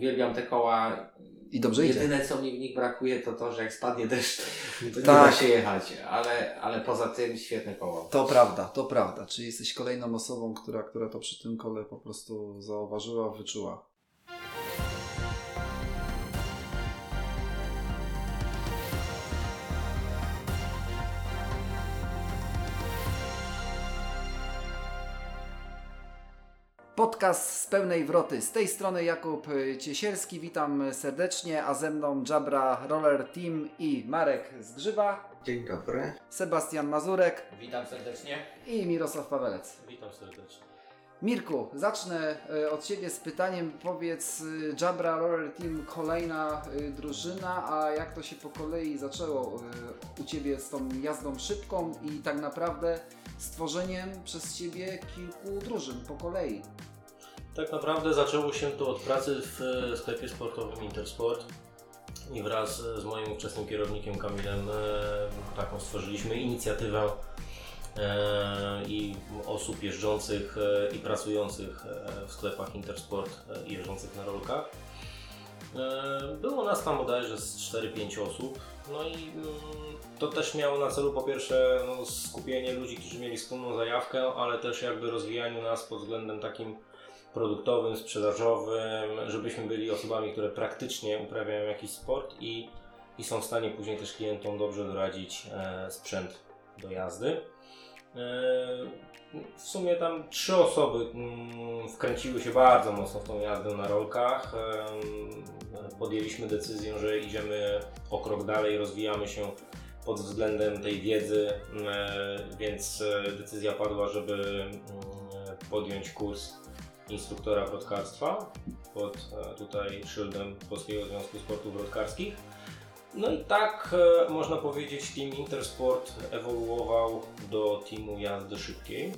uwielbiam te koła. I dobrze idzie. Jedyne co mi w nich brakuje to to, że jak spadnie deszcz, to nie da się jechać, ale poza tym świetne koło. To prawda. Czyli jesteś kolejną osobą, która to przy tym kole po prostu zauważyła, wyczuła. Podcast z pełnej wroty. Z tej strony Jakub Ciesielski. Witam serdecznie, a ze mną Jabra Roller Team i Marek Zgrzywa. Dzień dobry. Sebastian Mazurek. Witam serdecznie. I Mirosław Pawelec. Witam serdecznie. Mirku, zacznę od Ciebie z pytaniem. Powiedz, Jabra Roller Team, kolejna drużyna, a jak to się po kolei zaczęło u Ciebie z tą jazdą szybką i tak naprawdę stworzeniem przez Ciebie kilku drużyn po kolei? Tak naprawdę zaczęło się to od pracy w sklepie sportowym Intersport i wraz z moim ówczesnym kierownikiem Kamilem taką stworzyliśmy inicjatywę i osób jeżdżących i pracujących w sklepach Intersport i jeżdżących na rolkach. Było nas tam bodajże z 4-5 osób, no i to też miało na celu po pierwsze skupienie ludzi, którzy mieli wspólną zajawkę, ale też jakby rozwijaniu nas pod względem takim produktowym, sprzedażowym, żebyśmy byli osobami, które praktycznie uprawiają jakiś sport i są w stanie później też klientom dobrze doradzić sprzęt do jazdy. W sumie tam 3 osoby wkręciły się bardzo mocno w tą jazdę na rolkach. Podjęliśmy decyzję, że idziemy o krok dalej, rozwijamy się pod względem tej wiedzy, więc decyzja padła, żeby podjąć kurs instruktora wrotkarstwa pod tutaj szyldem Polskiego Związku Sportów Wrotkarskich. No i tak można powiedzieć, team Intersport ewoluował do teamu jazdy szybkiej.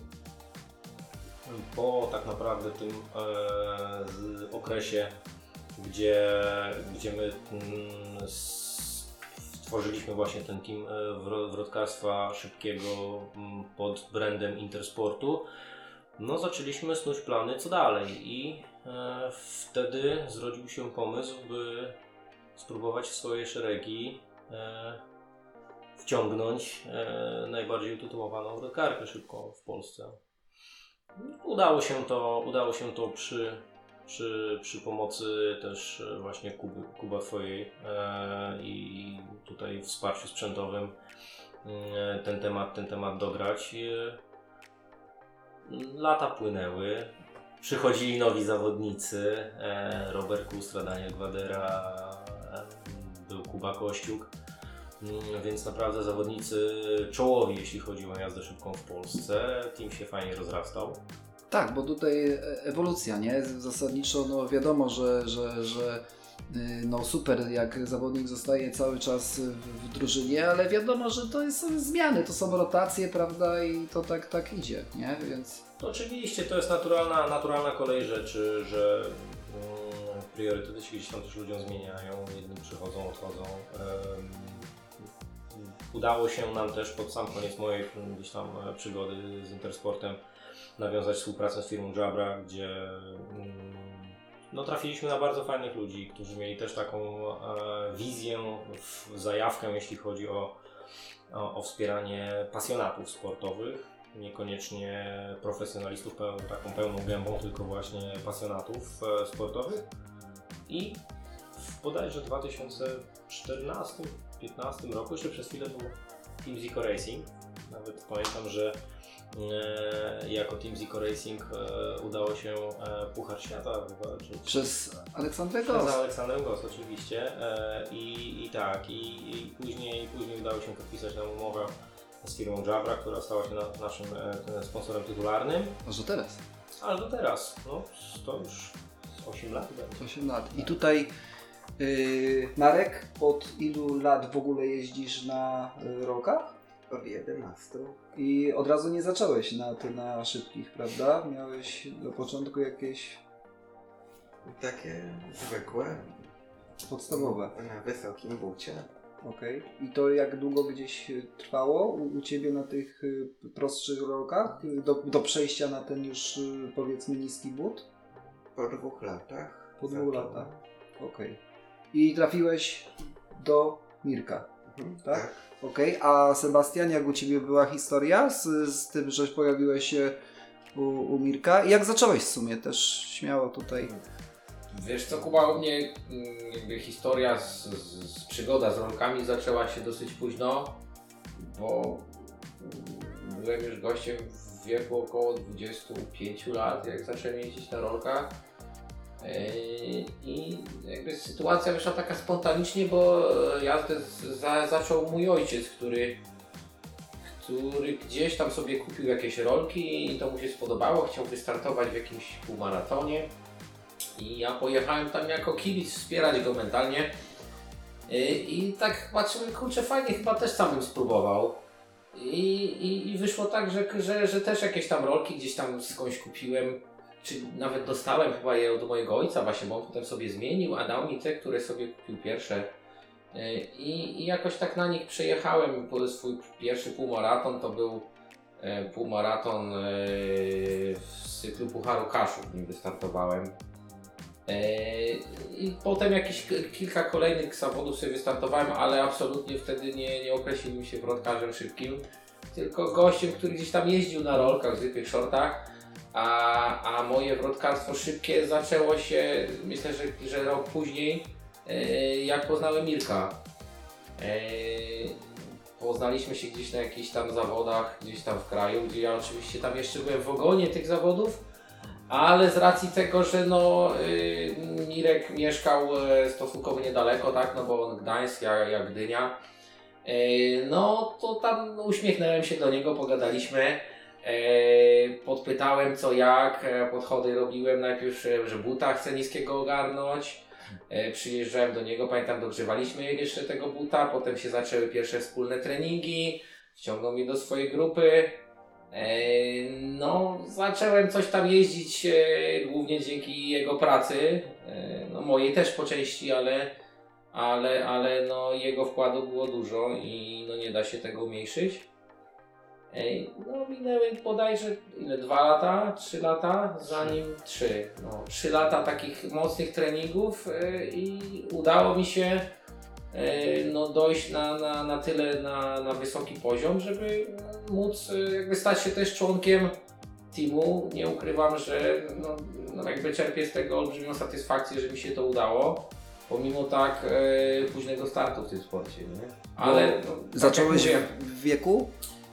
Po tak naprawdę tym okresie, gdzie my stworzyliśmy właśnie ten team wrotkarstwa szybkiego pod brandem Intersportu, no zaczęliśmy snuć plany co dalej i wtedy zrodził się pomysł, by spróbować w swoje szeregi wciągnąć najbardziej utytułowaną wrotkarkę szybką w Polsce. Udało się to przy pomocy też właśnie Kuba twojej i tutaj wsparciu sprzętowym ten temat dograć. Lata płynęły, przychodzili nowi zawodnicy, Robert Kustra, Daniel Gwadera, był Kuba Kościuk, więc naprawdę zawodnicy czołowi, jeśli chodzi o jazdę szybką w Polsce. Team się fajnie rozrastał. Tak, bo tutaj ewolucja, nie? Zasadniczo no wiadomo, że no super, jak zawodnik zostaje cały czas w drużynie, ale wiadomo, że to są zmiany, to są rotacje, prawda, i to tak idzie, nie? Więc... To oczywiście, to jest naturalna kolej rzeczy, że priorytety się gdzieś tam też ludziom zmieniają, jedni przychodzą, odchodzą. Udało się nam też pod sam koniec mojej gdzieś tam przygody z Intersportem nawiązać współpracę z firmą Jabra, gdzie no, trafiliśmy na bardzo fajnych ludzi, którzy mieli też taką wizję, zajawkę, jeśli chodzi o wspieranie pasjonatów sportowych, niekoniecznie profesjonalistów taką pełną gębą, tylko właśnie pasjonatów sportowych. I w bodajże 2014-2015 roku jeszcze przez chwilę był Team Zico Racing. Nawet pamiętam, że jako Team Zico Racing udało się Puchar Świata wywalczyć. Przez Aleksandrę Goss. Przez Aleksandrę Goss oczywiście. I później udało się podpisać nam umowę z firmą Jabra, która stała się naszym sponsorem tytularnym. Aż do teraz. Aż do teraz. No, to już 8 lat będzie. 8 lat. I tutaj Marek, od ilu lat w ogóle jeździsz na rolkach? Od 11. I od razu nie zacząłeś na szybkich, prawda? Miałeś do początku jakieś... Takie zwykłe. Podstawowe. Na wysokim bucie. Okej. I to jak długo gdzieś trwało u Ciebie na tych prostszych rolkach? Do przejścia na ten już powiedzmy niski but? Po 2 latach. Po 2 latach. Okej. I trafiłeś do Mirka, tak? Okej, a Sebastian, jak u Ciebie była historia z tym, że pojawiłeś się u Mirka? I jak zacząłeś w sumie też? Śmiało tutaj. Wiesz co, Kuba, u mnie jakby historia przygoda z rolkami zaczęła się dosyć późno, bo byłem już gościem w wieku około 25 lat, jak zacząłem jeździć na rolkach. I jakby sytuacja wyszła taka spontanicznie, bo jazdę zaczął mój ojciec, który gdzieś tam sobie kupił jakieś rolki i to mu się spodobało, chciał wystartować w jakimś półmaratonie. I ja pojechałem tam jako kibic wspierać go mentalnie. I tak patrzyłem, kurczę, fajnie, chyba też sam bym spróbował. I wyszło tak, że też jakieś tam rolki gdzieś tam skądś kupiłem, czy nawet dostałem chyba je od mojego ojca właśnie, bo on potem sobie zmienił, a dał mi te, które sobie kupił pierwsze. I jakoś tak na nich przejechałem. Swój pierwszy półmaraton to był półmaraton w cyklu Pucharu Kaszub, w nim wystartowałem. I potem jakieś kilka kolejnych zawodów sobie wystartowałem, ale absolutnie wtedy nie określiłbym się wrotkarzem szybkim, tylko gościem, który gdzieś tam jeździł na rolkach, w zwykłych shortach, a moje wrotkarstwo szybkie zaczęło się, myślę, że rok później, jak poznałem Mirka. Poznaliśmy się gdzieś na jakichś tam zawodach, gdzieś tam w kraju, gdzie ja oczywiście tam jeszcze byłem w ogonie tych zawodów, ale z racji tego, że Mirek mieszkał stosunkowo niedaleko, tak, no bo on Gdańsk, ja Gdynia, no to tam uśmiechnąłem się do niego, pogadaliśmy, podpytałem co jak, podchody robiłem najpierw, że buta chcę niskiego ogarnąć, przyjeżdżałem do niego, pamiętam, dogrzewaliśmy jeszcze tego buta, potem się zaczęły pierwsze wspólne treningi, wciągnął mnie do swojej grupy. No, zacząłem coś tam jeździć głównie dzięki jego pracy, no mojej też po części, ale no jego wkładu było dużo i no nie da się tego umniejszyć. No minęły bodajże 2 lata, 3 lata, zanim 3 lata takich mocnych treningów i udało mi się no dojść na tyle na wysoki poziom, żeby móc jakby stać się też członkiem teamu. Nie ukrywam, że no jakby czerpię z tego olbrzymią satysfakcję, że mi się to udało, pomimo tak późnego startu w tym sporcie, nie? Ale tak zacząłeś w wieku?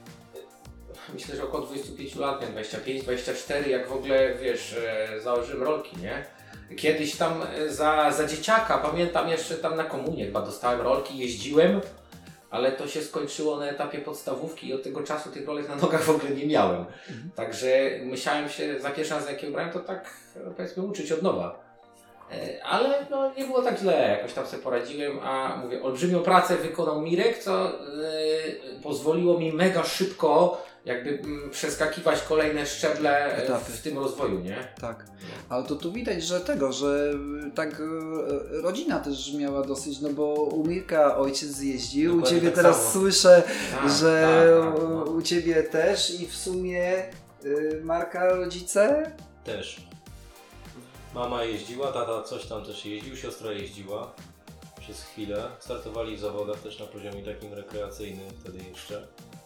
Myślę, że około 25 lat, miałem 25, 24, jak w ogóle, wiesz, założyłem rolki, nie? Kiedyś tam za dzieciaka, pamiętam jeszcze tam na komunie chyba dostałem rolki, jeździłem, ale to się skończyło na etapie podstawówki i od tego czasu tych rolek na nogach w ogóle nie miałem. Także musiałem się za pierwszy raz, jak je ubrałem, to tak powiedzmy uczyć od nowa. Ale no, nie było tak źle, jakoś tam sobie poradziłem, a mówię, olbrzymią pracę wykonał Mirek, co pozwoliło mi mega szybko jakby przeskakiwać kolejne szczeble etapy w tym rozwoju, nie? Tak, ale to tu widać, że tak rodzina też miała dosyć, no bo u Mirka ojciec jeździł, u Ciebie tak teraz samo słyszę, że u Ciebie też i w sumie Marka rodzice? Też. Mama jeździła, tata coś tam też jeździł, siostra jeździła przez chwilę. Startowali w zawodach też na poziomie takim rekreacyjnym wtedy jeszcze.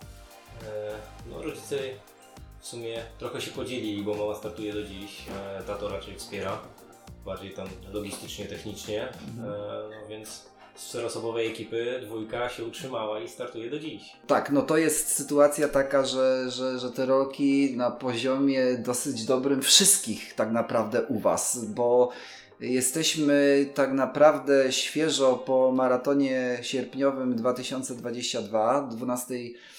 No rodzice w sumie trochę się podzielili, bo mama startuje do dziś, tato raczej wspiera, bardziej tam logistycznie, technicznie, no więc z 4-osobowej ekipy 2 się utrzymała i startuje do dziś. Tak, no to jest sytuacja taka, że te rolki na poziomie dosyć dobrym wszystkich tak naprawdę u Was, bo jesteśmy tak naprawdę świeżo po maratonie sierpniowym 2022, 12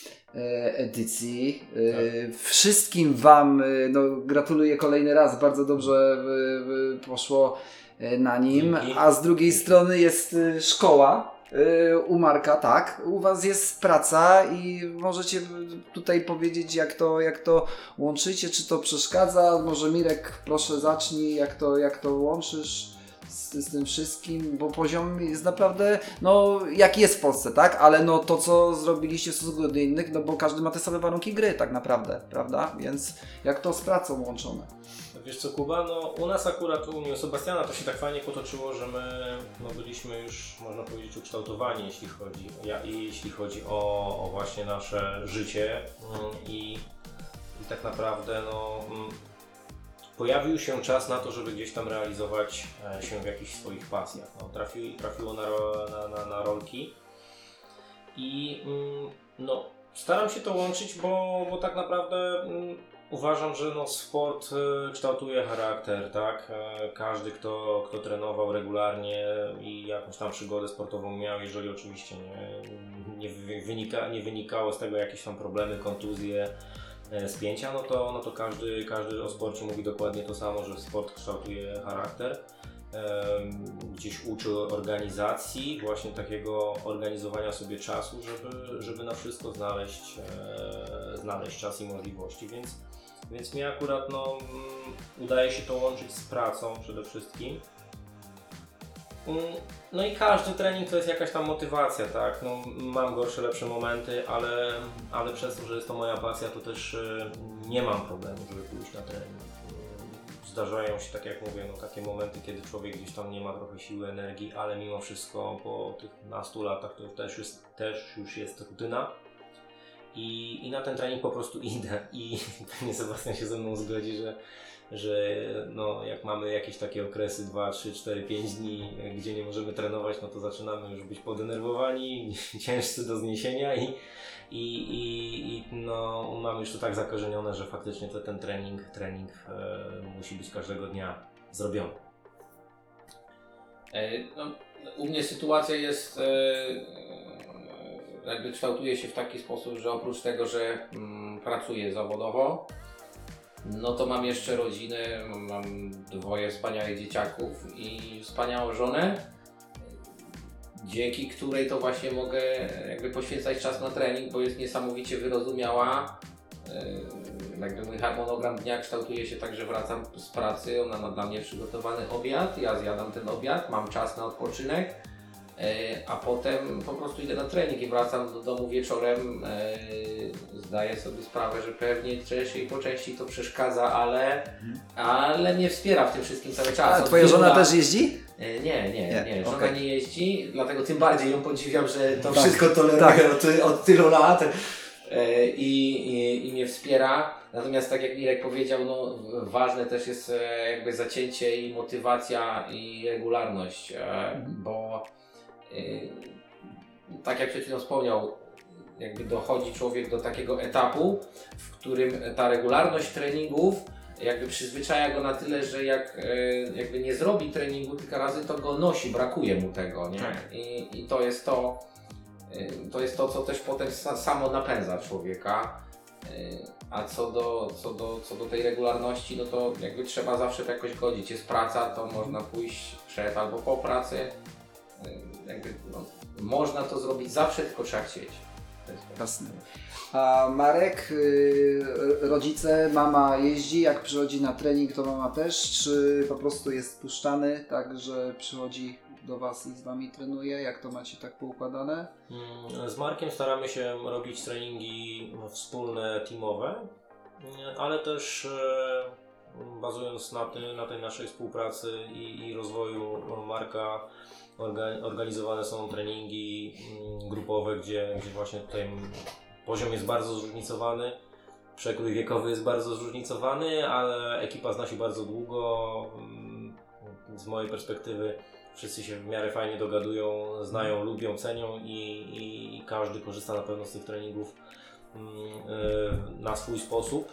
edycji. Tak. Wszystkim Wam gratuluję kolejny raz, bardzo dobrze poszło na nim, a z drugiej strony jest szkoła u Marka, tak, u Was jest praca i możecie tutaj powiedzieć, jak to łączycie, czy to przeszkadza, może Mirek, proszę zacznij, jak to łączysz z tym wszystkim, bo poziom jest naprawdę, no jak jest w Polsce, tak, ale no to co zrobiliście w stosunku do innych, no bo każdy ma te same warunki gry tak naprawdę, prawda, więc jak to z pracą łączone? Wiesz co, Kuba, no u nas akurat, u mnie, u Sebastiana to się tak fajnie potoczyło, że my byliśmy już, można powiedzieć, ukształtowani, jeśli chodzi o właśnie nasze życie i tak naprawdę pojawił się czas na to, żeby gdzieś tam realizować się w jakichś swoich pasjach. No, trafiło na rolki i staram się to łączyć, bo tak naprawdę uważam, że sport kształtuje charakter, tak? Każdy, kto trenował regularnie i jakąś tam przygodę sportową miał, jeżeli oczywiście nie wynikało z tego jakieś tam problemy, kontuzje, spięcia, no to każdy o sporcie mówi dokładnie to samo, że sport kształtuje charakter. Gdzieś uczy organizacji, właśnie takiego organizowania sobie czasu, żeby na wszystko znaleźć czas i możliwości, więc mi akurat udaje się to łączyć z pracą przede wszystkim. No i każdy trening to jest jakaś tam motywacja, tak? No, mam gorsze, lepsze momenty, ale przez to, że jest to moja pasja, to też nie mam problemu, żeby pójść na trening. Zdarzają się, tak jak mówię, takie momenty, kiedy człowiek gdzieś tam nie ma trochę siły, energii, ale mimo wszystko po tych nastu latach to też już jest rutyna. I na ten trening po prostu idę i pewnie Sebastian się ze mną zgodzi, że jak mamy jakieś takie okresy 2, 3, 4, 5 dni, gdzie nie możemy trenować, no to zaczynamy już być podenerwowani, ciężcy do zniesienia i mamy już to tak zakorzenione, że faktycznie ten trening musi być każdego dnia zrobiony. U mnie sytuacja jest, jakby kształtuje się w taki sposób, że oprócz tego, że pracuję zawodowo, no to mam jeszcze rodzinę, mam 2 wspaniałych dzieciaków i wspaniałą żonę, dzięki której to właśnie mogę jakby poświęcać czas na trening, bo jest niesamowicie wyrozumiała. Jakby mój harmonogram dnia kształtuje się tak, że wracam z pracy, ona ma dla mnie przygotowany obiad, ja zjadam ten obiad, mam czas na odpoczynek, a potem po prostu idę na trening i wracam do domu wieczorem. Zdaję sobie sprawę, że pewnie po części to przeszkadza, ale mnie wspiera w tym wszystkim cały czas. A twoja żona też jeździ? Nie. Żona Okay. nie jeździ, dlatego tym bardziej ją podziwiam, że to Tak. wszystko toleruje od tylu lat i mnie wspiera. Natomiast tak jak Mirek powiedział, ważne też jest jakby zacięcie i motywacja i regularność, bo tak jak przed chwilą wspomniał, jakby dochodzi człowiek do takiego etapu, w którym ta regularność treningów jakby przyzwyczaja go na tyle, że jakby nie zrobi treningu kilka razy, to go nosi, brakuje mu tego, nie? Tak. I to jest to, co też potem samo napędza człowieka. A co do tej regularności, no to jakby trzeba zawsze to jakoś godzić. Jest praca, to można pójść przed albo po pracy. Jakby, można to zrobić zawsze, tylko trzeba chcieć. Jasne. A Marek, rodzice, mama jeździ, jak przychodzi na trening, to mama też, czy po prostu jest puszczany, tak, że przychodzi do Was i z Wami trenuje? Jak to macie tak poukładane? Z Markiem staramy się robić treningi wspólne, teamowe, ale też bazując na tej naszej współpracy i rozwoju Marka, organizowane są treningi grupowe, gdzie właśnie tutaj poziom jest bardzo zróżnicowany, przekrój wiekowy jest bardzo zróżnicowany, ale ekipa zna się bardzo długo. Z mojej perspektywy wszyscy się w miarę fajnie dogadują, znają, lubią, cenią i każdy korzysta na pewno z tych treningów na swój sposób.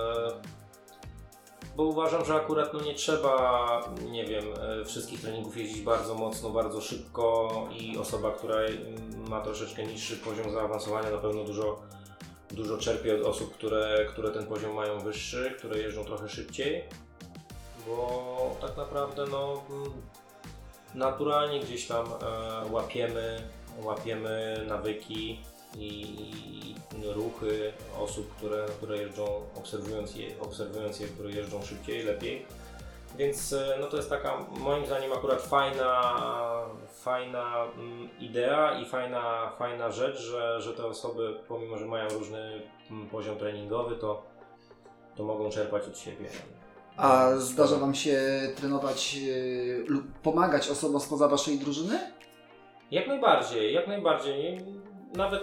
Bo uważam, że akurat nie trzeba, wszystkich treningów jeździć bardzo mocno, bardzo szybko i osoba, która ma troszeczkę niższy poziom zaawansowania, na pewno dużo czerpie od osób, które ten poziom mają wyższy, które jeżdżą trochę szybciej, bo tak naprawdę naturalnie gdzieś tam łapiemy nawyki i ruchy osób, które jeżdżą, obserwując je, które jeżdżą szybciej, lepiej. Więc to jest taka, moim zdaniem, akurat fajna idea i fajna rzecz, że te osoby, pomimo że mają różny poziom treningowy, to mogą czerpać od siebie A zdarza Wam się trenować lub pomagać osobom spoza Waszej drużyny? Jak najbardziej, jak najbardziej. Nawet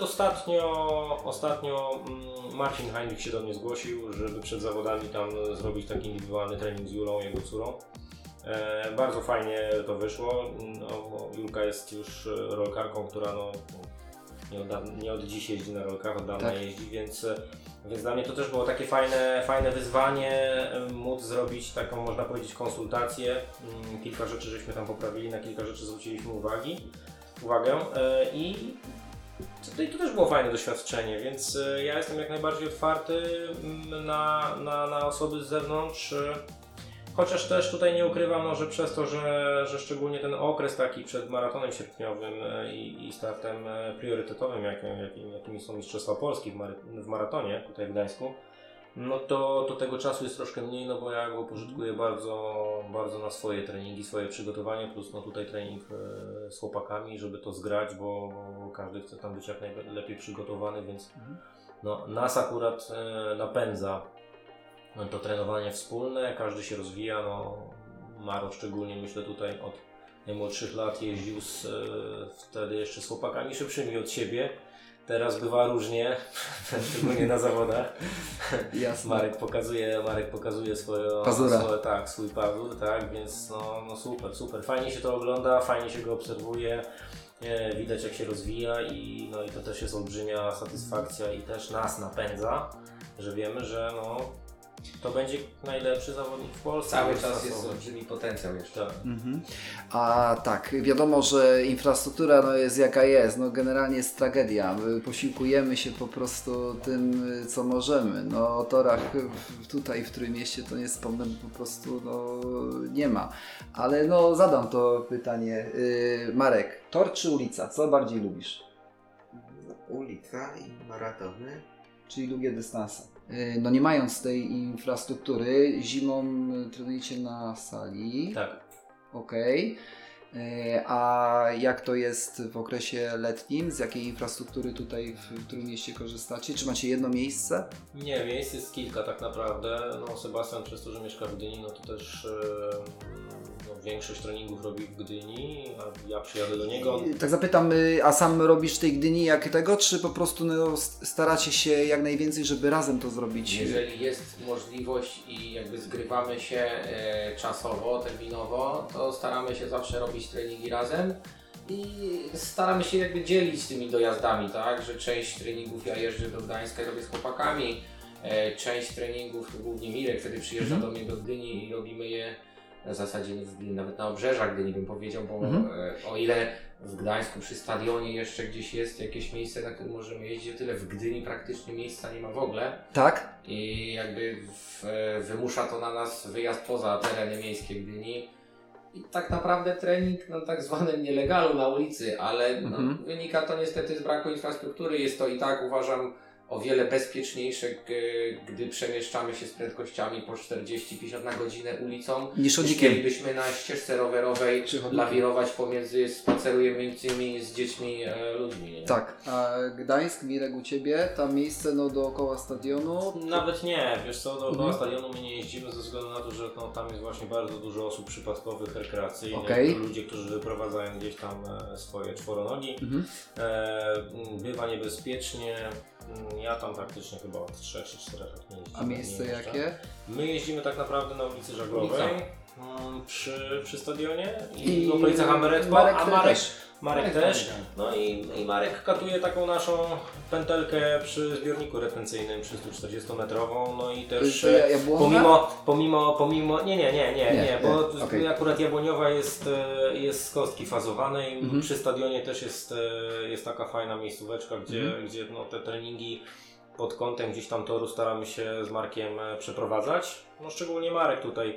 ostatnio Marcin Heinrich się do mnie zgłosił, żeby przed zawodami tam zrobić taki indywidualny trening z Julą, jego córą. Bardzo fajnie to wyszło. No, Julka jest już rolkarką, która nie od dziś jeździ na rolkach, od dawna Tak. jeździ, więc dla mnie to też było takie fajne wyzwanie, móc zrobić taką, można powiedzieć, konsultację. Kilka rzeczy żeśmy tam poprawili, na kilka rzeczy zwróciliśmy uwagę i to też było fajne doświadczenie, więc ja jestem jak najbardziej otwarty na osoby z zewnątrz. Chociaż też tutaj nie ukrywam, że przez to, że szczególnie ten okres taki przed maratonem sierpniowym i startem priorytetowym, jakimi są Mistrzostwa Polski w maratonie tutaj w Gdańsku, no to tego czasu jest troszkę mniej, no bo ja go pożytkuję bardzo na swoje treningi, swoje przygotowanie, plus no tutaj trening z chłopakami, żeby to zgrać, bo każdy chce tam być jak najlepiej przygotowany, więc no, nas akurat napędza to trenowanie wspólne, każdy się rozwija, no Maro szczególnie myślę tutaj od najmłodszych lat jeździł wtedy jeszcze z chłopakami szybszymi od siebie. Teraz bywa różnie, szczególnie na zawodach. Jasne. Marek pokazuje swój pazur, tak, więc no super. Fajnie się to ogląda, fajnie się go obserwuje, widać jak się rozwija i to też jest olbrzymia satysfakcja i też nas napędza, że wiemy, że to będzie najlepszy zawodnik w Polsce. Cały czas jest olbrzymi potencjał jeszcze. Tak. A tak, wiadomo, że infrastruktura jest jaka jest, generalnie jest tragedia. My posiłkujemy się po prostu tym, co możemy. O torach tutaj w Trójmieście to nie wspomnę, po prostu nie ma. Ale zadam to pytanie. Marek, tor czy ulica? Co bardziej lubisz? Ulica i maratony. Czyli długie dystanse. Nie mając tej infrastruktury, zimą trenujecie na sali. Tak. Okej. A jak to jest w okresie letnim? Z jakiej infrastruktury tutaj w którym mieście korzystacie? Czy macie jedno miejsce? Nie, miejsc jest kilka tak naprawdę. Sebastian przez to, że mieszka w Gdyni, to też większość treningów robi w Gdyni, a ja przyjadę do niego. Tak zapytam, a sam robisz w tej Gdyni jak tego, czy po prostu staracie się jak najwięcej, żeby razem to zrobić? Jeżeli jest możliwość i jakby zgrywamy się czasowo, terminowo, to staramy się zawsze robić treningi razem i staramy się jakby dzielić tymi dojazdami, tak, że część treningów ja jeżdżę do Gdańska i robię z chłopakami, część treningów to głównie Mirek wtedy przyjeżdża do mnie do Gdyni i robimy je w zasadzie nawet na obrzeżach Gdyni bym powiedział, bo o ile w Gdańsku przy stadionie jeszcze gdzieś jest jakieś miejsce, na którym możemy jeździć, o tyle w Gdyni praktycznie miejsca nie ma w ogóle. Tak? I jakby wymusza to na nas wyjazd poza tereny miejskie Gdyni. I tak naprawdę trening na tak zwanym nielegalu na ulicy, ale wynika to niestety z braku infrastruktury. Jest to i tak uważam o wiele bezpieczniejsze, gdy przemieszczamy się z prędkościami po 40-50 na godzinę ulicą, niż niż chodzikiem. mielibyśmy na ścieżce rowerowej Czy chodzikiem. lawirować spacerujemy z dziećmi, ludźmi. Nie? Tak. A Gdańsk, Mirek u Ciebie, tam miejsce dookoła stadionu? Nawet nie, wiesz co, do stadionu my nie jeździmy ze względu na to, że tam jest właśnie bardzo dużo osób przypadkowych, rekreacyjnych, ludzie, którzy wyprowadzają gdzieś tam swoje czworonogi. Bywa niebezpiecznie. Ja tam praktycznie chyba od 3 czy 4 lat nie jeździmy. A miejsce jakie? My jeździmy tak naprawdę na ulicy Żaglowej, przy stadionie i I w okolicach Ameretpo, a Marek też. Tak. No i Marek katuje taką naszą pętelkę przy zbiorniku retencyjnym 340-metrową, no i też pomimo nie, bo akurat Jabłoniowa jest z kostki fazowanej, przy stadionie też jest taka fajna miejscóweczka, gdzie te treningi pod kątem gdzieś tam toru staramy się z Markiem przeprowadzać. No szczególnie Marek tutaj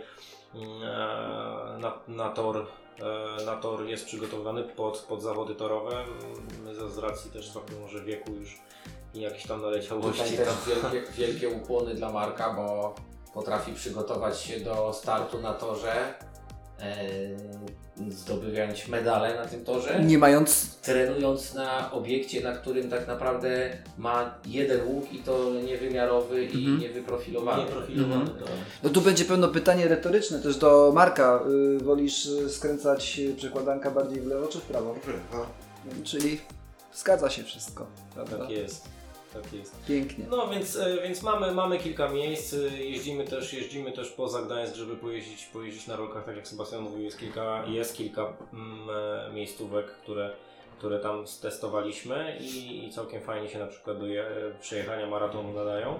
na tor jest przygotowany pod zawody torowe. My z racji też trochę może wieku już i jakichś tam naleciałości. Tutaj też wielkie ukłony dla Marka, bo potrafi przygotować się do startu na torze zdobywając medale na tym torze, Nie mając... trenując na obiekcie, na którym tak naprawdę ma jeden łuk i to niewymiarowy i niewyprofilowany. Nieprofilowany, No tu będzie pewno pytanie retoryczne też do Marka. Wolisz skręcać przekładanka bardziej w lewo czy w prawo? W lewo. Czyli zgadza się wszystko, prawda? Tak jest. Tak jest. Pięknie. No więc mamy kilka miejsc, jeździmy też poza Gdańsk, żeby pojeździć na rolkach, tak jak Sebastian mówił, jest kilka miejscówek, które tam testowaliśmy i całkiem fajnie się na przykład do przejechania maratonu nadają.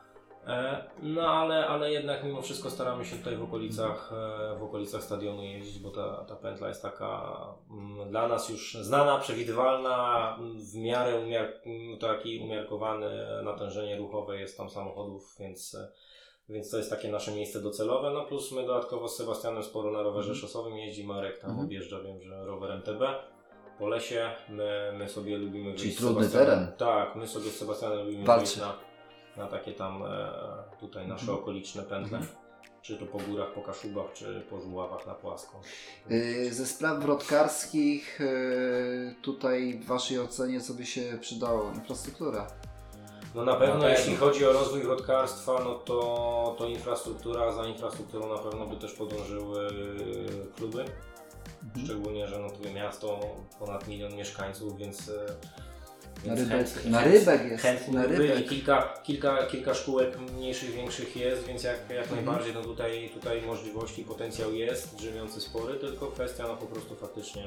No ale jednak mimo wszystko staramy się tutaj w okolicach stadionu jeździć, bo ta pętla jest taka dla nas już znana, przewidywalna, w miarę taki umiarkowane natężenie ruchowe jest tam samochodów, więc to jest takie nasze miejsce docelowe. No plus my dodatkowo z Sebastianem sporo na rowerze szosowym jeździ, Marek tam objeżdża, wiem, że rower MTB po lesie, my sobie lubimy Czyli wyjść z trudny Sebastianem. teren. Tak, my sobie z Sebastianem lubimy Walczy. wyjść na takie tam tutaj nasze okoliczne pętle. Czy to po górach, po Kaszubach, czy po Żuławach na płasko. Ze spraw wrotkarskich tutaj w Waszej ocenie co by się przydało? Infrastruktura. No na pewno jeśli chodzi o rozwój wrotkarstwa, no to infrastruktura, za infrastrukturą na pewno by też podążyły kluby. Szczególnie, że no tutaj miasto ponad 1 milion mieszkańców, więc Na Rybek jest. chętnie Na by byli. Rybek. Kilka szkółek mniejszych, większych jest, więc jak najbardziej no tutaj możliwości, potencjał jest drzemiący spory, tylko kwestia no po prostu faktycznie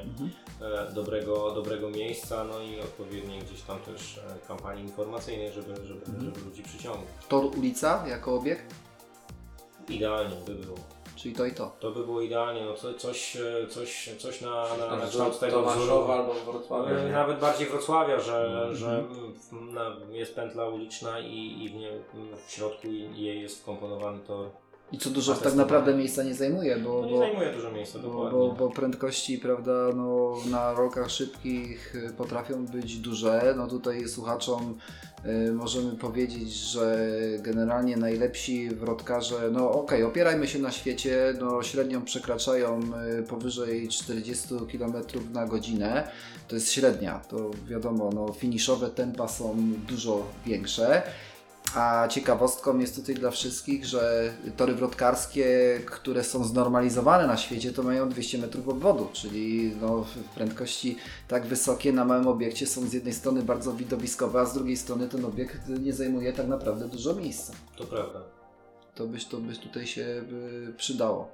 dobrego miejsca, no i odpowiedniej gdzieś tam też kampanii informacyjnej, żeby ludzi przyciągnąć. Tor ulica jako obiekt? Idealnie by było. Czyli to i to. To by było idealnie, no coś na kształt tego Tomaszowa wzoru. albo Wrocławia. nie? Nawet bardziej Wrocławia, że jest pętla uliczna i w środku jej jest wkomponowany tor. I co dużo tak Atestowany. naprawdę miejsca nie zajmuje, To nie zajmuje dużo miejsca, dokładnie. bo prędkości, prawda, no, na rolkach szybkich potrafią być duże. No tutaj słuchaczom możemy powiedzieć, że generalnie najlepsi wrotkarze, no okej, opierajmy się na świecie, no średnią przekraczają powyżej 40 km na godzinę. To jest średnia, to wiadomo, no finiszowe tempa są dużo większe. A ciekawostką jest tutaj dla wszystkich, że tory wrotkarskie, które są znormalizowane na świecie, to mają 200 metrów obwodu, czyli no, prędkości tak wysokie na małym obiekcie są z jednej strony bardzo widowiskowe, a z drugiej strony ten obiekt nie zajmuje tak naprawdę dużo miejsca. To prawda. To by tutaj się przydało.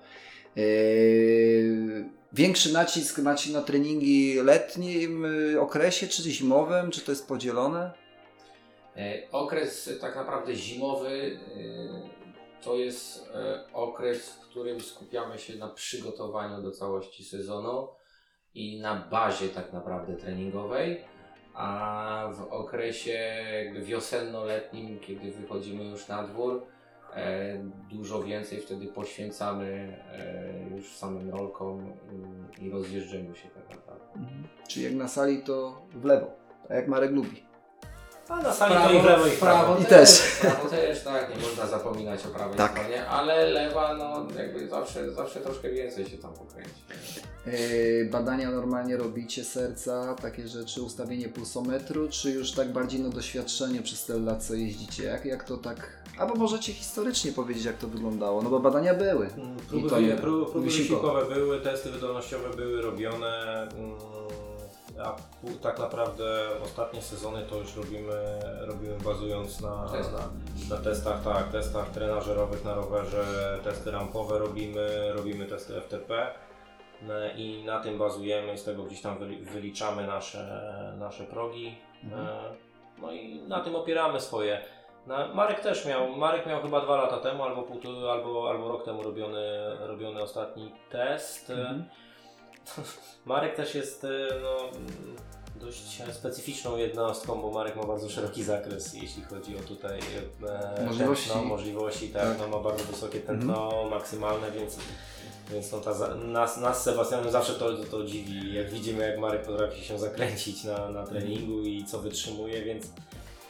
Większy nacisk macie na treningi letnim okresie, czy zimowym, czy to jest podzielone? Okres tak naprawdę zimowy to jest okres, w którym skupiamy się na przygotowaniu do całości sezonu i na bazie tak naprawdę treningowej, a w okresie jakby wiosenno-letnim, kiedy wychodzimy już na dwór, dużo więcej wtedy poświęcamy już samym rolkom i rozjeżdżeniu się tak naprawdę. Czyli jak na sali to w lewo, tak jak Marek lubi. A na sali to i w lewo i w prawo. I też. Prawo też, tak, nie można zapominać o prawej Tak. stronie, ale lewa, no jakby zawsze troszkę więcej się tam pokręci. Badania normalnie robicie serca, takie rzeczy, ustawienie pulsometru, czy już tak bardziej na doświadczenie przez te lat, co jeździcie? Jak to tak... Albo możecie historycznie powiedzieć, jak to wyglądało, no bo badania były. Próby wysiłkowe były, testy wydolnościowe były robione, a tak naprawdę ostatnie sezony to już robimy bazując na testach trenażerowych na rowerze, testy rampowe robimy testy FTP i na tym bazujemy i z tego gdzieś tam wyliczamy nasze progi, no i na tym opieramy swoje. Marek miał chyba 2 lata temu albo rok temu robiony ostatni test. Marek też jest dość specyficzną jednostką, bo Marek ma bardzo szeroki zakres, jeśli chodzi o tutaj możliwości, tak. No, ma bardzo wysokie tętno maksymalne, więc no nas z Sebastianem zawsze to dziwi, jak widzimy, jak Marek potrafi się zakręcić na treningu i co wytrzymuje,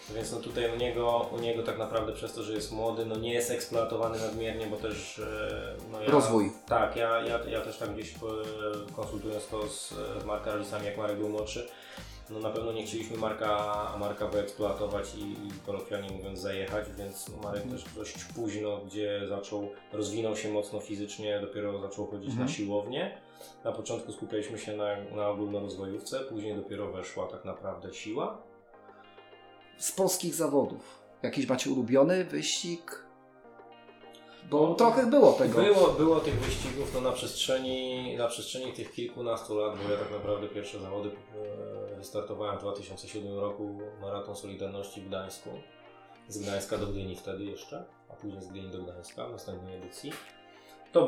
Więc no tutaj u niego tak naprawdę przez to, że jest młody, no nie jest eksploatowany nadmiernie, bo też no Rozwój. Tak, ja też tak gdzieś konsultując to z Marka rodzicami, jak Marek był młodszy, no na pewno nie chcieliśmy Marka wyeksploatować i kolokwialnie mówiąc zajechać, więc Marek też dość późno, gdzie rozwinął się mocno fizycznie, dopiero zaczął chodzić na siłownię. Na początku skupialiśmy się na ogólnorozwojówce, później dopiero weszła tak naprawdę siła. Z polskich zawodów, jakiś macie ulubiony wyścig? Bo trochę było tego. Było tych wyścigów no, na przestrzeni tych kilkunastu lat, bo ja tak naprawdę pierwsze zawody wystartowałem w 2007 roku, maraton Solidarności w Gdańsku. Z Gdańska do Gdyni wtedy jeszcze, a później z Gdyni do Gdańska w następnej edycji. To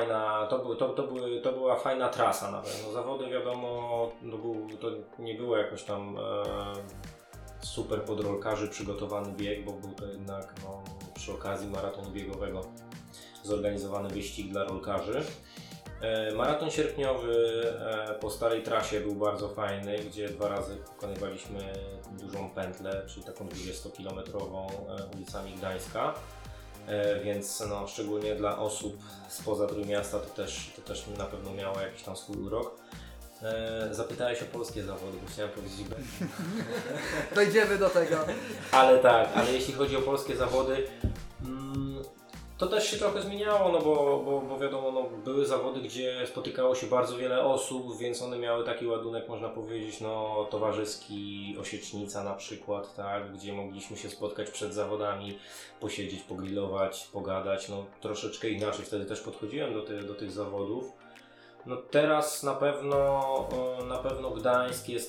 była fajna trasa na pewno. Zawody wiadomo, to nie było jakoś tam super pod rolkarzy przygotowany bieg, bo był to jednak no, przy okazji maratonu biegowego zorganizowany wyścig dla rolkarzy. Maraton sierpniowy po starej trasie był bardzo fajny, gdzie 2 razy pokonywaliśmy dużą pętlę, czyli taką 20-kilometrową ulicami Gdańska. Więc no, szczególnie dla osób spoza Trójmiasta to też na pewno miało jakiś tam swój urok. Zapytałeś o polskie zawody, bo chciałem powiedzieć B. Dojdziemy do tego. Ale jeśli chodzi o polskie zawody, to też się trochę zmieniało, no bo wiadomo, no, były zawody, gdzie spotykało się bardzo wiele osób, więc one miały taki ładunek, można powiedzieć, no, towarzyski, Osiecznica na przykład, tak, gdzie mogliśmy się spotkać przed zawodami, posiedzieć, pogrillować, pogadać, no troszeczkę inaczej wtedy też podchodziłem do tych zawodów. No teraz na pewno Gdańsk jest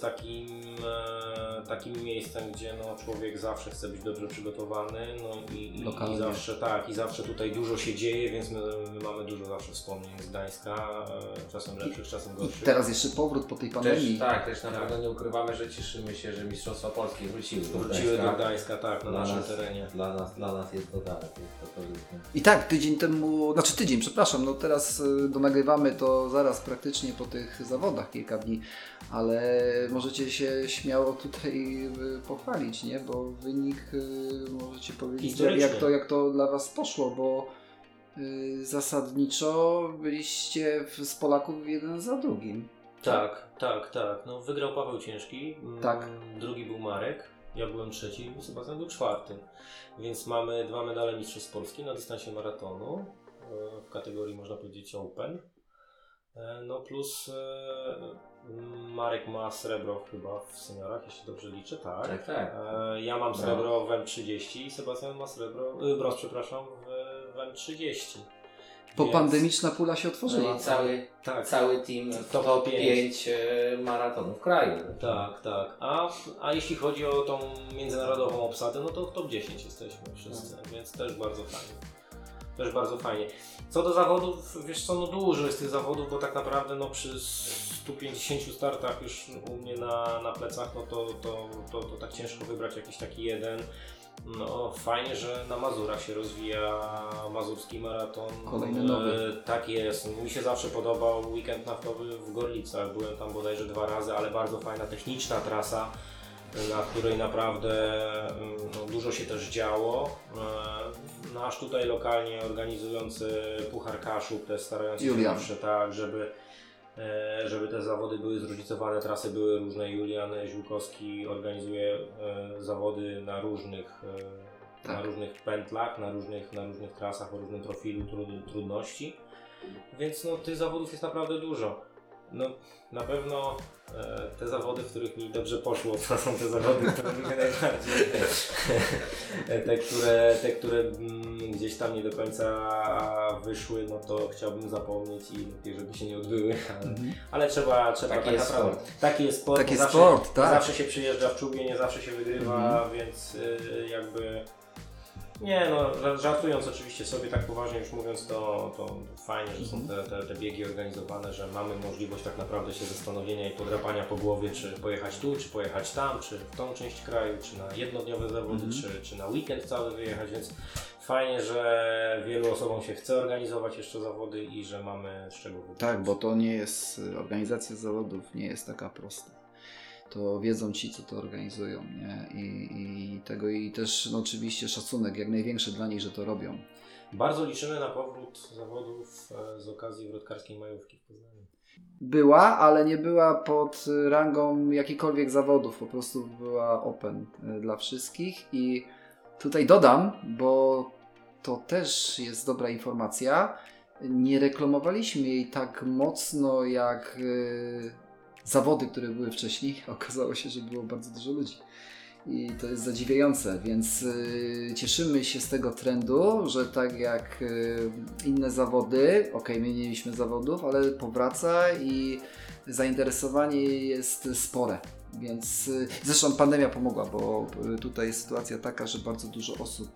takim miejscem, gdzie no, człowiek zawsze chce być dobrze przygotowany, no i zawsze tutaj dużo się dzieje, więc my mamy dużo zawsze wspomnień z Gdańska, czasem lepszych, czasem gorszych. Teraz jeszcze powrót po tej pandemii. Też na pewno nie ukrywamy, że cieszymy się, że Mistrzostwa Polskie wróciły do Gdańska, tak, na naszym terenie. Dla nas jest to tak, jest to korzystne. I tak, tydzień, przepraszam, no teraz nagrywamy to zaraz praktycznie po tych zawodach, kilka dni, ale możecie się śmiało tutaj pochwalić, nie? Bo wynik możecie powiedzieć, jak to dla Was poszło, bo zasadniczo byliście z Polaków jeden za drugim. Tak. No, wygrał Paweł Ciężki, Tak. Drugi był Marek, ja byłem trzeci, Sebastian był czwarty. Więc mamy 2 medale Mistrzostw Polski na dystansie maratonu w kategorii, można powiedzieć, Open. No plus Marek ma srebro chyba w seniorach, jeśli dobrze liczę, tak. Tak. Ja mam srebro w M30 i Sebastian ma brąz, przepraszam, w M30. Pandemiczna pula się otworzyła. Cały team w top 5 maratonów w kraju. Tak. A jeśli chodzi o tą międzynarodową obsadę, no to w top 10 jesteśmy wszyscy, więc też bardzo fajnie. Co do zawodów, wiesz co, no dużo jest tych zawodów, bo tak naprawdę no przy 150 startach już u mnie na plecach, no to tak ciężko wybrać jakiś taki jeden. No fajnie, że na Mazurach się rozwija mazurski maraton. Kolejny nowy. Tak jest, mi się zawsze podobał weekend naftowy w Gorlicach, byłem tam bodajże 2 razy, ale bardzo fajna, techniczna trasa, na której naprawdę dużo się też działo. Nasz tutaj lokalnie organizujący Puchar Kaszub też starający się zawsze tak, żeby te zawody były zróżnicowane, trasy były różne. Julian Ziółkowski organizuje zawody na różnych pętlach, na różnych trasach, o różnym profilu trudności. Więc no, tych zawodów jest naprawdę dużo. No, na pewno te zawody, w których mi dobrze poszło, to są te zawody, które lubię najbardziej. te, które gdzieś tam nie do końca wyszły, no to chciałbym zapomnieć i lepiej, żeby się nie odbyły. Ale trzeba tak naprawdę. Taki jest sport. Zawsze się przyjeżdża w czubie, nie zawsze się wygrywa, więc jakby. Nie no, żartując oczywiście sobie, tak poważnie już mówiąc, to fajnie, że są te biegi organizowane, że mamy możliwość tak naprawdę się zastanowienia i podrapania po głowie, czy pojechać tu, czy pojechać tam, czy w tą część kraju, czy na jednodniowe zawody, czy na weekend cały wyjechać, więc fajnie, że wielu osobom się chce organizować jeszcze zawody i że mamy z czego wybrać. Tak, bo to nie jest, organizacja zawodów nie jest taka prosta. to wiedzą ci, co to organizują, nie? I też no, oczywiście szacunek jak największy dla nich, że to robią. Bardzo liczymy na powrót zawodów z okazji wrotkarskiej majówki w Poznaniu. Była, ale nie była pod rangą jakichkolwiek zawodów, po prostu była open dla wszystkich i tutaj dodam, bo to też jest dobra informacja, nie reklamowaliśmy jej tak mocno jak zawody, które były wcześniej. Okazało się, że było bardzo dużo ludzi. I to jest zadziwiające, więc cieszymy się z tego trendu, że tak jak inne zawody, my nie mieliśmy zawodów, ale powraca i zainteresowanie jest spore. Więc zresztą pandemia pomogła, bo tutaj jest sytuacja taka, że bardzo dużo osób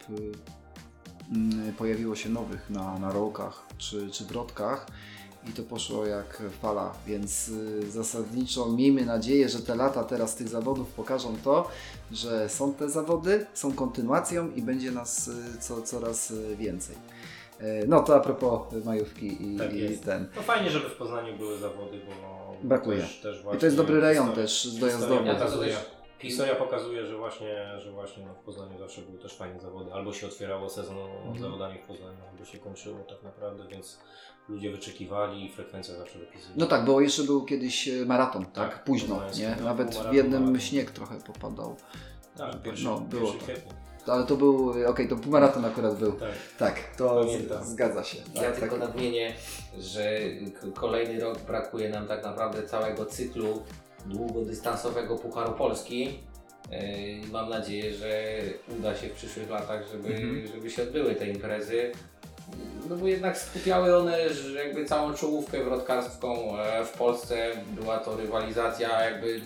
pojawiło się nowych na rolkach czy wrotkach. I to poszło jak fala, więc zasadniczo miejmy nadzieję, że te lata teraz tych zawodów pokażą to, że są te zawody, są kontynuacją i będzie nas coraz więcej. No to a propos majówki i, Tak i jest. ten. No fajnie, żeby w Poznaniu były zawody, bo Brakuje. Też I właśnie to jest dobry rejon historia- też dojazdowy. Historia pokazuje, że właśnie no, w Poznaniu zawsze były też fajne zawody. Albo się otwierało sezon zawodami w Poznaniu, albo się kończyło tak naprawdę, więc ludzie wyczekiwali i frekwencja zawsze dopisywała. No tak, bo jeszcze był kiedyś maraton, tak? Późno, poznański, nie? no, Nawet maraton, w jednym maraton. śnieg trochę popadał. Tak, No, było pierwszy to. kwietnia. Ale to był, to półmaraton akurat był. Tak. Tak, to Pamiętam. zgadza się. Ja Tak, tylko tak. nadmienię, że kolejny rok brakuje nam tak naprawdę całego cyklu długodystansowego Pucharu Polski. Mam nadzieję, że uda się w przyszłych latach, żeby się odbyły te imprezy. No bo jednak skupiały one że jakby całą czołówkę wrotkarską w Polsce. Była to rywalizacja jakby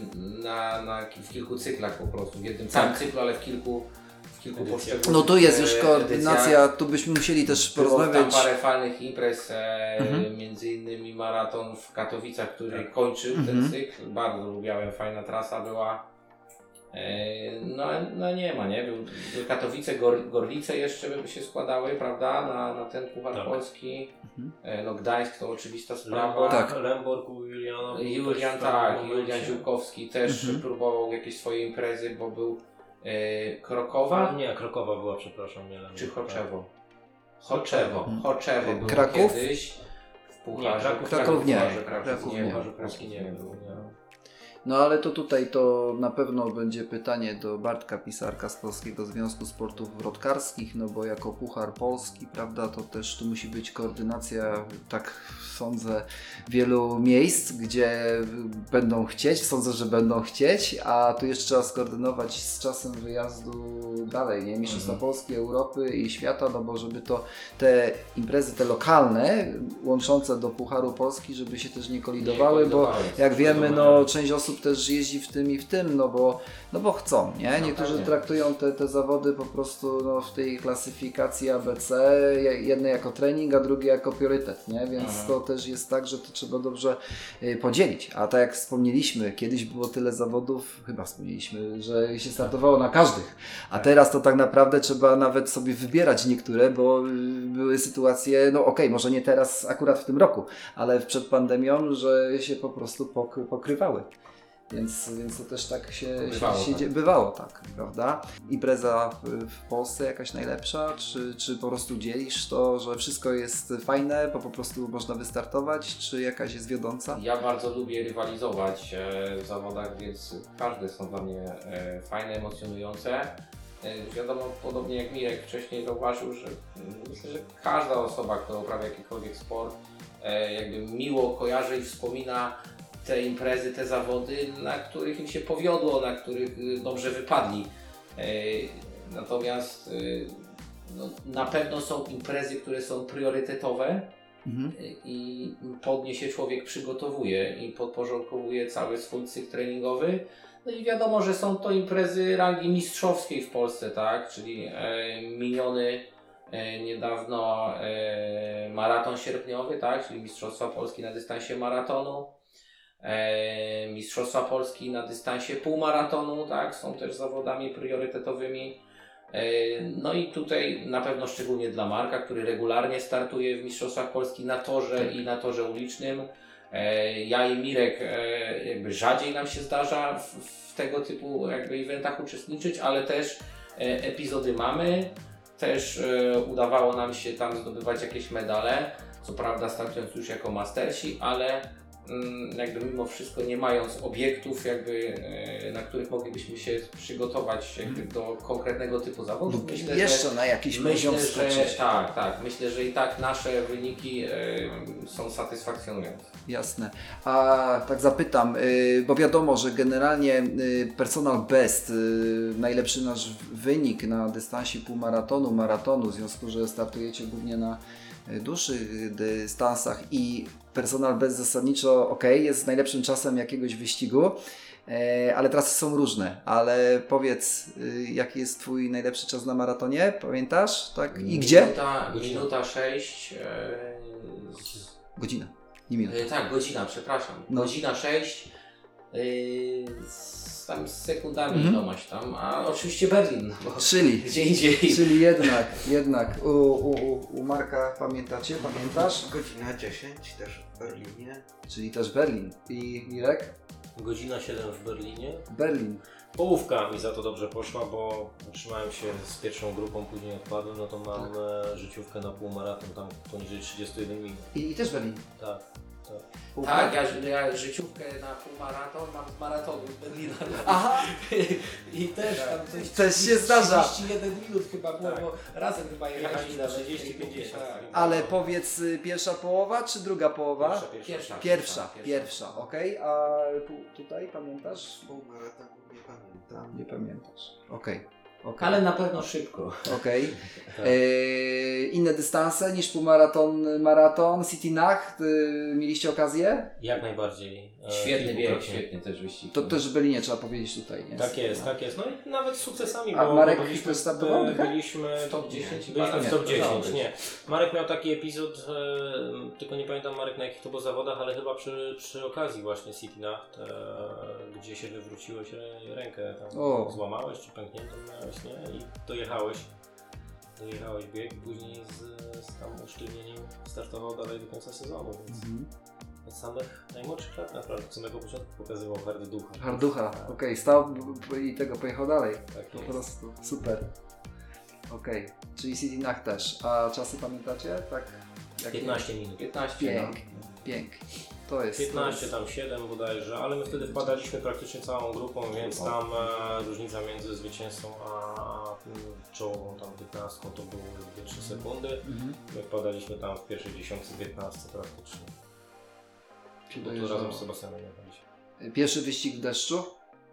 w kilku cyklach po prostu. W jednym całym cyklu, ale w kilku poszczególnych No tu jest już koordynacja, edycjach. tu byśmy musieli też Było tam porozmawiać. parę fajnych imprez, między innymi maraton w Katowicach, który kończył ten cykl. Bardzo lubiałem, fajna trasa była. No nie ma, nie? Były Katowice, Gorlice jeszcze by się składały, prawda? Na ten Puchar Polski. No Gdańsk to oczywista sprawa. Tak. Lemborg u Juliana. był Julian, też w tak, pewnym Julian momencie. Ziółkowski też próbował jakieś swoje imprezy, bo był Krokowa Nie, Krokowa była, przepraszam, nie Lemborg. czy Choczewo? Choczewo było Kraków? kiedyś w Pucharze. Nie, Kraków nie. Kraków nie. nie. Pucharze Polski nie był. No ale to tutaj to na pewno będzie pytanie do Bartka Pisarka z Polskiego Związku Sportów Wrotkarskich, no bo jako Puchar Polski, prawda, to też tu musi być koordynacja, tak sądzę, wielu miejsc, gdzie będą chcieć, sądzę, że będą chcieć, a tu jeszcze trzeba skoordynować z czasem wyjazdu dalej, nie? Mistrzostwa Polski, Europy i świata, no bo żeby to te imprezy, te lokalne, łączące do Pucharu Polski, żeby się też nie kolidowały, bo jak wiemy, no część osób też jeździ w tym i w tym, no bo chcą, nie? Niektórzy pewnie. traktują te zawody po prostu no, w tej klasyfikacji ABC, jedne jako trening, a drugie jako priorytet, nie? Więc to też jest tak, że to trzeba dobrze podzielić. A tak jak wspomnieliśmy, kiedyś było tyle zawodów, chyba wspomnieliśmy, że się startowało na każdych, a teraz to tak naprawdę trzeba nawet sobie wybierać niektóre, bo były sytuacje, no okej, może nie teraz akurat w tym roku, ale przed pandemią, że się po prostu pokrywały. Więc to też tak się bywało, tak, prawda? Impreza w Polsce jakaś najlepsza? Czy po prostu dzielisz to, że wszystko jest fajne, bo po prostu można wystartować? Czy jakaś jest wiodąca? Ja bardzo lubię rywalizować w zawodach, więc każde są dla mnie fajne, emocjonujące. Wiadomo, podobnie jak Mirek wcześniej zauważył, że myślę, że każda osoba, która uprawia jakikolwiek sport, jakby miło kojarzy i wspomina te imprezy, te zawody, na których im się powiodło, na których dobrze wypadli. Natomiast no, na pewno są imprezy, które są priorytetowe i pod nie się człowiek przygotowuje i podporządkowuje cały swój cykl treningowy. No i wiadomo, że są to imprezy rangi mistrzowskiej w Polsce, tak? Czyli miniony niedawno maraton sierpniowy, tak? Czyli Mistrzostwa Polski na dystansie maratonu. Mistrzostwa Polski na dystansie półmaratonu, tak, są też zawodami priorytetowymi. No i tutaj na pewno szczególnie dla Marka, który regularnie startuje w Mistrzostwach Polski na torze i na torze ulicznym, Ja i Mirek jakby rzadziej nam się zdarza w tego typu jakby eventach uczestniczyć, ale też epizody mamy. Też udawało nam się tam zdobywać jakieś medale, co prawda startując już jako mastersi, ale jakby mimo wszystko nie mając obiektów jakby, na których moglibyśmy się przygotować jakby do konkretnego typu zawodów. Myślę, Jeszcze że, na jakiś poziom skoczyć. tak, myślę, że i tak nasze wyniki są satysfakcjonujące. Jasne. A tak zapytam, bo wiadomo, że generalnie personal best, najlepszy nasz wynik na dystansie półmaratonu, maratonu, w związku, że startujecie głównie na dłuższych dystansach i personal best zasadniczo jest najlepszym czasem jakiegoś wyścigu, ale trasy są różne. Ale powiedz, jaki jest Twój najlepszy czas na maratonie? Pamiętasz? Tak? I gdzie? Minuta 6. Godzina. Nie minut. Tak, godzina, przepraszam. No. Godzina 6. Tam z sekundami ilomaś tam, a oczywiście Berlin, no bo Czyli gdzie indziej. Czyli jednak u Marka pamiętacie? Pamiętasz? Godzina 10 też w Berlinie. Czyli też Berlin. I Mirek? Godzina 7 w Berlinie. Berlin. Połówka mi za to dobrze poszła, bo utrzymałem się z pierwszą grupą, później odpadłem, no to mam życiówkę na półmaraton tam poniżej 31 minut. I też Berlin. Tak. Tak, ja życiówkę na półmaraton mam z maratonu z Berlina. Aha! I też tam coś Też się zdarza. 31 minut chyba było, Tak. bo razem chyba jechaliśmy na 30-50. Tak. Ale powiedz, pierwsza połowa czy druga połowa? Pierwsza, okej. A tutaj pamiętasz? Półmaraton nie pamiętam. Nie pamiętasz. Okej. Ale na pewno szybko. Okej. Inne dystanse niż półmaraton, maraton, City Nacht, mieliście okazję? Jak najbardziej. Świetny bieg, kilkukrotnie. świetny też wyścig. To też w Berlinie trzeba powiedzieć tutaj, nie? Tak jest, tak jest. No i nawet z sukcesami, A bo Marek byliśmy, też startował? byliśmy W top 10 byliśmy chyba? w top Nie, 10, nie. nie. Marek miał taki epizod, tylko nie pamiętam Marek na jakich to było zawodach, ale chyba przy okazji właśnie City Nacht, gdzie się wywróciłeś rękę, tam złamałeś czy pękniętą miałeś, nie? I dojechałeś bieg, później z tam usztywnieniem startował dalej do końca sezonu, więc od samych najmłodszych lat naprawdę, od samego początku pokazywał harducha. Harducha, stał i tego pojechał dalej. Tak Po jest. prostu, super. Czyli City Nacht też. A czasy pamiętacie? Tak? Jakie? 15 minut. 15 Pięknie. To jest... 15, tam 7 bodajże, ale my wtedy wpadaliśmy praktycznie całą grupą, więc tam różnica między zwycięzcą a czołową tam 15 to były 2-3 sekundy. My wpadaliśmy tam w pierwszej dziesiątce 15 praktycznie. Bo to razem z Sebastianem jechaliśmy. Pierwszy wyścig w deszczu?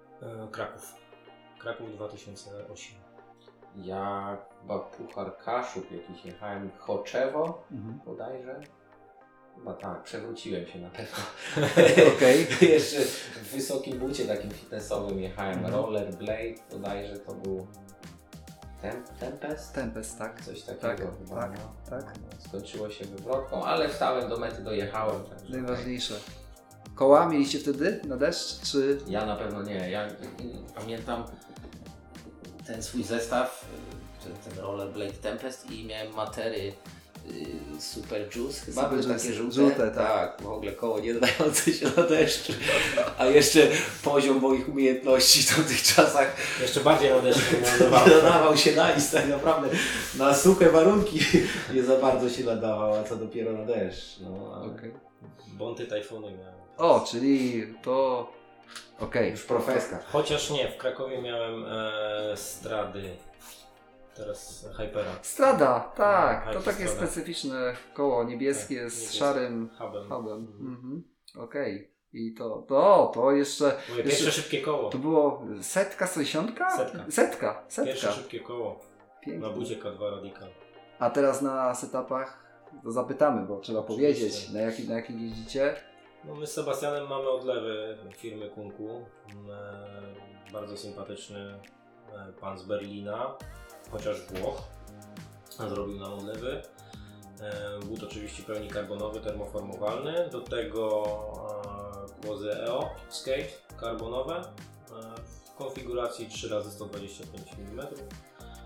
Kraków 2008. Ja chyba Puchar Kaszub jakiś jechałem, Choczewo bodajże. Chyba tak, przewróciłem się na pewno. Jeszcze w wysokim bucie takim fitnessowym jechałem, Rollerblade bodajże to był Tempest? Tempest, tak. Coś takiego Tak, chyba. tak, tak. Skończyło się wywrotką, ale wstałem do mety, dojechałem. Także Najważniejsze. Koła mieliście wtedy na deszcz, czy... Ja na pewno nie. Ja pamiętam ten swój zestaw, ten Rollerblade Tempest i miałem matery Super Juice chyba, Super były Juice, takie żółte, tak, w ogóle koło nie dające się na deszcz, a jeszcze poziom moich umiejętności w tamtych czasach Jeszcze bardziej na deszczu nie nadawał się na nic, tak naprawdę na suche warunki nie za bardzo się nadawał, a co dopiero na deszcz. No, ale Bonty tajfuny miałem. O, czyli to... już profeska. Chociaż nie, w Krakowie miałem Strady. Teraz Hypera. Strada, tak. To Hyper takie Strada. specyficzne koło niebieskie Tak, z niebieskie. szarym Hubem. I to jeszcze... Moje pierwsze szybkie koło. To było setka, 60? Setka. Pierwsze szybkie koło. Pięknie. Na budzie K2 Radical. A teraz na setupach to zapytamy, bo trzeba Oczywiście. powiedzieć, na jakich jeździcie. No my z Sebastianem mamy odlewy firmy Kunku. Bardzo sympatyczny pan z Berlina, chociaż Włoch. Zrobił nam odlewy. But oczywiście pełni karbonowy, termoformowalny. Do tego kłozy EO Skate karbonowe w konfiguracji 3x125 mm.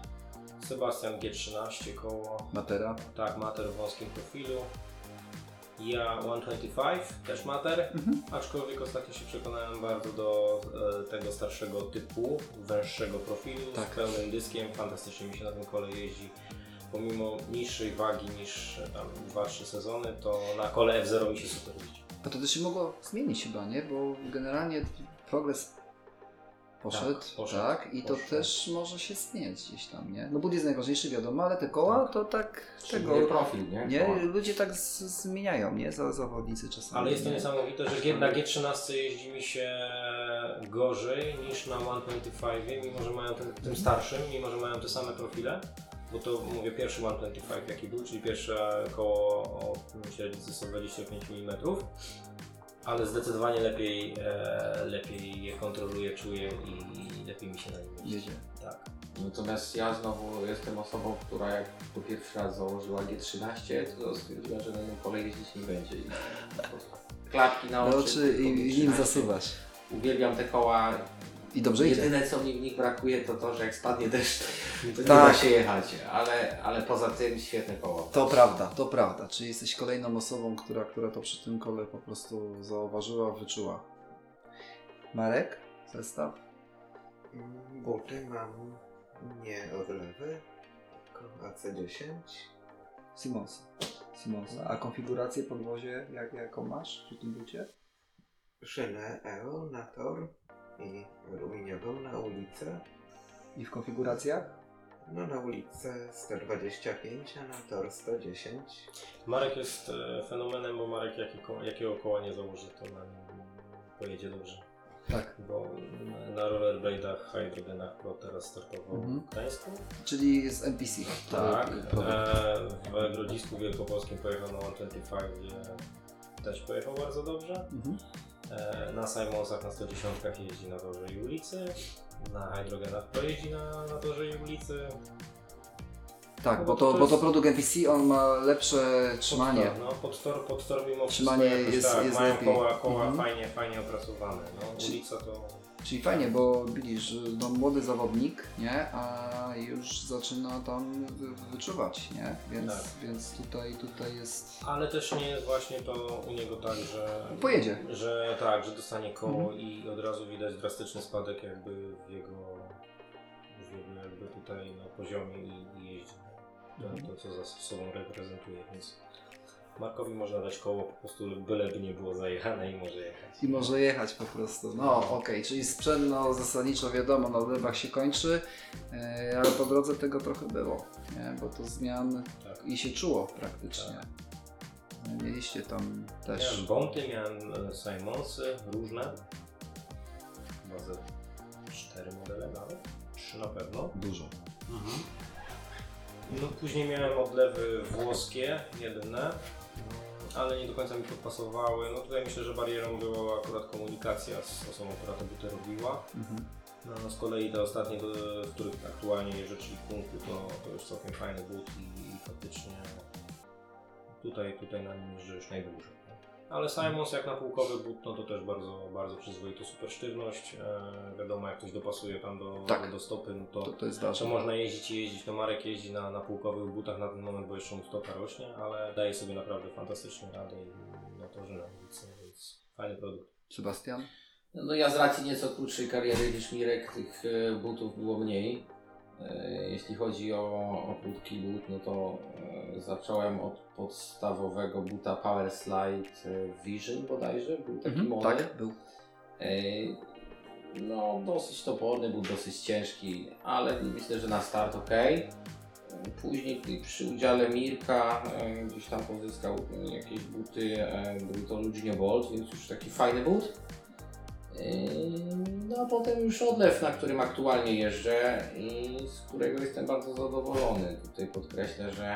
Sebastian G13 koło. Matera. Tak, mater w wąskim profilu. Ja 125, też mater, aczkolwiek ostatnio się przekonałem bardzo do tego starszego typu, węższego profilu, Tak. z pełnym dyskiem, fantastycznie mi się na tym kole jeździ. Pomimo niższej wagi niż tam 2-3 sezony, to na kole F0 mi się super jeździ. A to też się mogło zmienić chyba, nie? Bo generalnie progres poszedł, tak? I to poszedł. też może się zmieniać gdzieś tam, nie? No but jest najważniejszy, wiadomo, ale te koła to tak tego... Szczególnie profil, nie? Nie, Koła. ludzie tak zmieniają, nie? Zawodnicy czasami. Ale jest to nie? niesamowite, że na G13 jeździ mi się gorzej niż na 125, mimo że mają tym starszym, mimo że mają te same profile. Bo to mówię pierwszy 125 jaki był, czyli pierwsze koło o średnicy 125 mm. Ale zdecydowanie lepiej je kontroluję, czuję i lepiej mi się na nim jeździ. Jedzie. Tak. Natomiast ja znowu jestem osobą, która jak po pierwszy raz założyła G13, to stwierdziła, że na tym kole jeździć nie będzie. I po prostu klapki na No oczy. czy tylko i nim G13. zasuwasz. Uwielbiam te koła. I dobrze idzie. Jedyne co mi w nich brakuje to to, że jak spadnie deszcz, to nie Tak. da się jechać. Ale poza tym świetne koło. To prawda. Czy jesteś kolejną osobą, która to przy tym kole po prostu zauważyła, wyczuła? Marek? Zestaw? Buty mam nie odlewy, tylko AC10. Simonsa. A konfigurację podwozie jaką masz przy tym bucie? Szynę EO na tor i aluminiową na ulicę. I w konfiguracjach? No na ulicę 125, a na tor 110. Marek jest fenomenem, bo Marek jakiego koła nie założy, to na nim pojedzie dobrze. Tak. Bo na rollerblade'ach, hydrogenach Pro teraz startował w Gdańsku. Czyli z NPC. Tak, produkt. w Grodzisku Wielkopolskim pojechał na 125, gdzie też pojechał bardzo dobrze. Na Simonsach na 110 jeździ na torze i ulicy, na hydrogenach Pro jeździ na torze i ulicy. Tak, bo bo to to jest- produkt NPC, on ma lepsze trzymanie. Pod tor mimo Trzymanie wszystko jakoś jest- tak, jest mają lepiej. koła Mhm. fajnie opracowane. No, Czyli- ulica to... Czyli fajnie, bo widzisz, no, młody zawodnik, nie? A już zaczyna tam wyczuwać, nie? Więc tutaj jest... Ale też nie jest właśnie to u niego tak, że... Pojedzie. Że tak, że dostanie koło i od razu widać drastyczny spadek jakby w jego jakby tutaj na poziomie i jeździ. To co za sobą reprezentuje, więc Markowi można dać koło po prostu byleby nie było zajechane i może jechać. I może jechać po prostu. No okej, czyli sprzęt no, zasadniczo wiadomo, na odlewach się kończy, ale po drodze tego trochę było, nie? Bo to zmian Tak. i się czuło praktycznie. Mieliście tam też... Miałem Bonty, miałem Simonsy, różne. Chyba ze 4 modele nawet, 3 na pewno. Dużo. No później miałem odlewy włoskie, jedyne, ale nie do końca mi podpasowały. No tutaj myślę, że barierą była akurat komunikacja z osobą, która te buty robiła. No z kolei te ostatnie, w których aktualnie jeżdżę, czyli Kunku, to już całkiem fajny but i faktycznie tutaj na nim jeżdżę już najdłużej. Ale Simons jak na półkowy but, no to też bardzo przyzwoita super sztywność. Wiadomo, jak ktoś dopasuje tam do stopy, no To jest to ważne. można jeździć i jeździć. No Marek jeździ na półkowych butach na ten moment, bo jeszcze mu stopa rośnie, ale daje sobie naprawdę fantastycznie radę i na torze na ulicy, więc fajny produkt. Sebastian? No ja z racji nieco krótszej kariery niż Mirek, tych butów było mniej. Jeśli chodzi o krótki but, no to zacząłem od podstawowego buta Power Slide Vision bodajże, był taki model. Tak, był. No dosyć toporny, był dosyć ciężki, ale myślę, że na start ok. Później przy udziale Mirka gdzieś tam pozyskał jakieś buty, był to Luginio Bolt, więc już taki fajny but. No a potem już odlew, na którym aktualnie jeżdżę i z którego jestem bardzo zadowolony. Tutaj podkreślę, że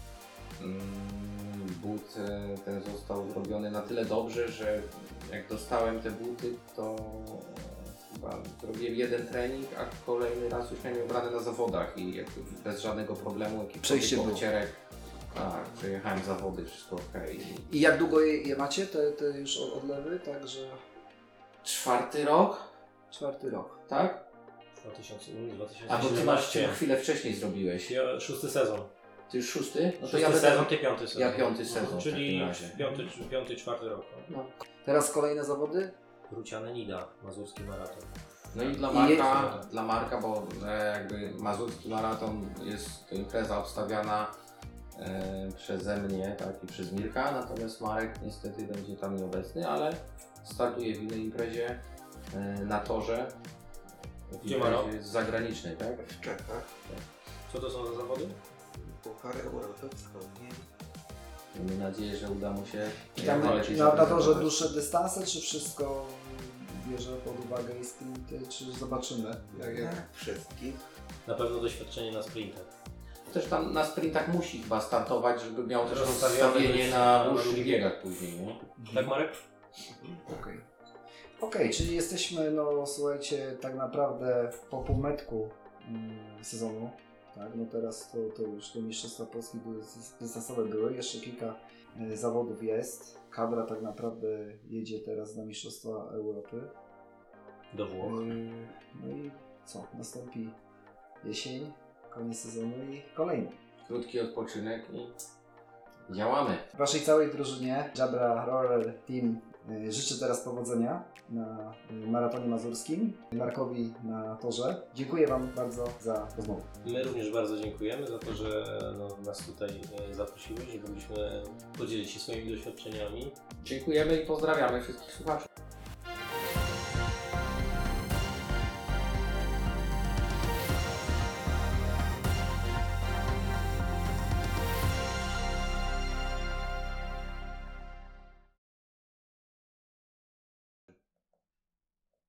but ten został zrobiony na tyle dobrze, że jak dostałem te buty, to chyba zrobiłem jeden trening, a kolejny raz już miałem je brane na zawodach i jakby bez żadnego problemu, Przejście było. odcierek. Tak, przejechałem zawody, wszystko ok. I jak długo je macie, te już odlewy? Także 4. rok, 4. rok. tak? 2017. A bo ty masz chwilę wcześniej zrobiłeś. Ja 6 sezon. Ty już 6? No to Szósty ja sezon, ty 5. sezon. Ja 5. sezon w Czyli takim razie. 5, 4 rok. No. Teraz kolejne zawody? Ruciane Nida, mazurski maraton. No i dla Marka, bo jakby mazurski maraton jest to impreza obstawiana przeze mnie, tak, i przez Mirka, natomiast Marek niestety będzie tam nieobecny, ale startuje w innej imprezie na torze. W Gdzie Marek? imprezie zagranicznej, tak? W Czechach. Co to są za zawody? Puchar Europy Wschodniej. Mamy nadzieję, że uda mu się I tam najlepiej na torze zaprezentować. dłuższe dystanse, czy wszystko bierze pod uwagę i sprinty, czy zobaczymy? Jak wszystkich. Na pewno doświadczenie na sprintach. Też tam na sprintach musi chyba startować, żeby miał też Rozstawiony rozstawienie być na na dłuższych długich biegach później, nie? Tak, Marek? Okej. Okej, czyli jesteśmy, no słuchajcie, tak naprawdę po półmetku sezonu. Tak, no teraz to już te mistrzostwa Polski dystansowe były, jeszcze kilka zawodów jest. Kadra tak naprawdę jedzie teraz na mistrzostwa Europy. Do Włoch. No i co? Nastąpi jesień, koniec sezonu i kolejny. Krótki odpoczynek i działamy. Waszej całej drużynie Jabra Roller Team życzę teraz powodzenia na maratonie mazurskim, Markowi na torze. Dziękuję Wam bardzo za rozmowę. My również bardzo dziękujemy za to, że nas tutaj zaprosiłeś, że mogliśmy podzielić się swoimi doświadczeniami. Dziękujemy i pozdrawiamy wszystkich słuchaczy.